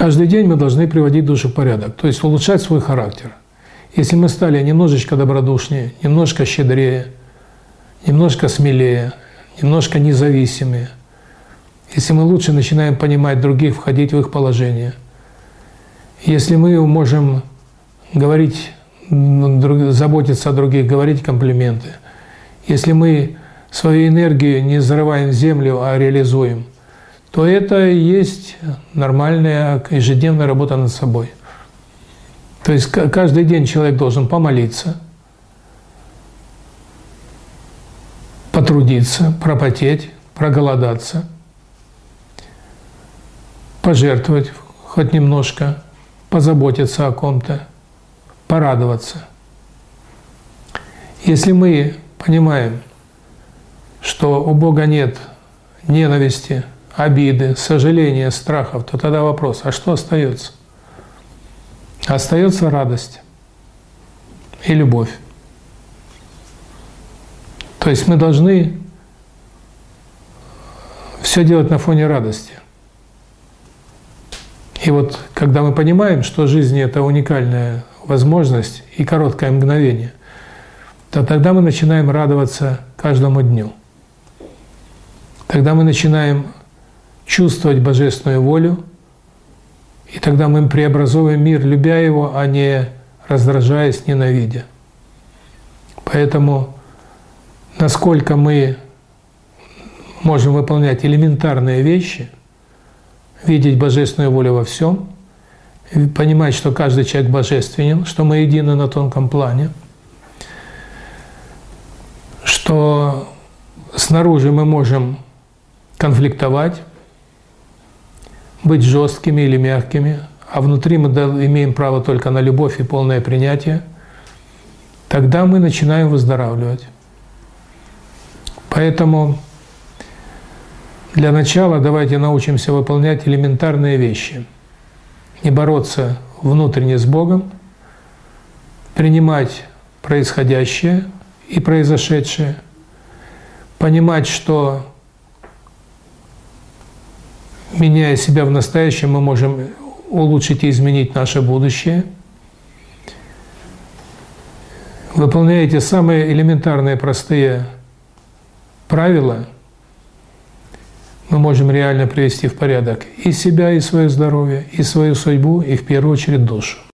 Каждый день мы должны приводить душу в порядок, то есть улучшать свой характер. Если мы стали немножечко добродушнее, немножко щедрее, немножко смелее, немножко независимые, если мы лучше начинаем понимать других, входить в их положение, если мы можем говорить, заботиться о других, говорить комплименты, если мы свою энергию не зарываем в землю, а реализуем, то это и есть нормальная ежедневная работа над собой. То есть каждый день человек должен помолиться, потрудиться, пропотеть, проголодаться, пожертвовать хоть немножко, позаботиться о ком-то, порадоваться. Если мы понимаем, что у Бога нет ненависти, обиды, сожаления, страхов, то тогда вопрос, а что остается? Остается радость и любовь. То есть мы должны все делать на фоне радости. И вот когда мы понимаем, что жизнь – это уникальная возможность и короткое мгновение, то тогда мы начинаем радоваться каждому дню. Тогда мы начинаем чувствовать божественную волю, и тогда мы преобразуем мир, любя его, а не раздражаясь, ненавидя. Поэтому насколько мы можем выполнять элементарные вещи, видеть божественную волю во всем, понимать, что каждый человек божественен, что мы едины на тонком плане, что снаружи мы можем конфликтовать, быть жесткими или мягкими, а внутри мы имеем право только на любовь и полное принятие, тогда мы начинаем выздоравливать. Поэтому для начала давайте научимся выполнять элементарные вещи. Не бороться внутренне с Богом, принимать происходящее и произошедшее, понимать, что меняя себя в настоящем, мы можем улучшить и изменить наше будущее. Выполняя эти самые элементарные, простые правила, мы можем реально привести в порядок и себя, и свое здоровье, и свою судьбу, и в первую очередь душу.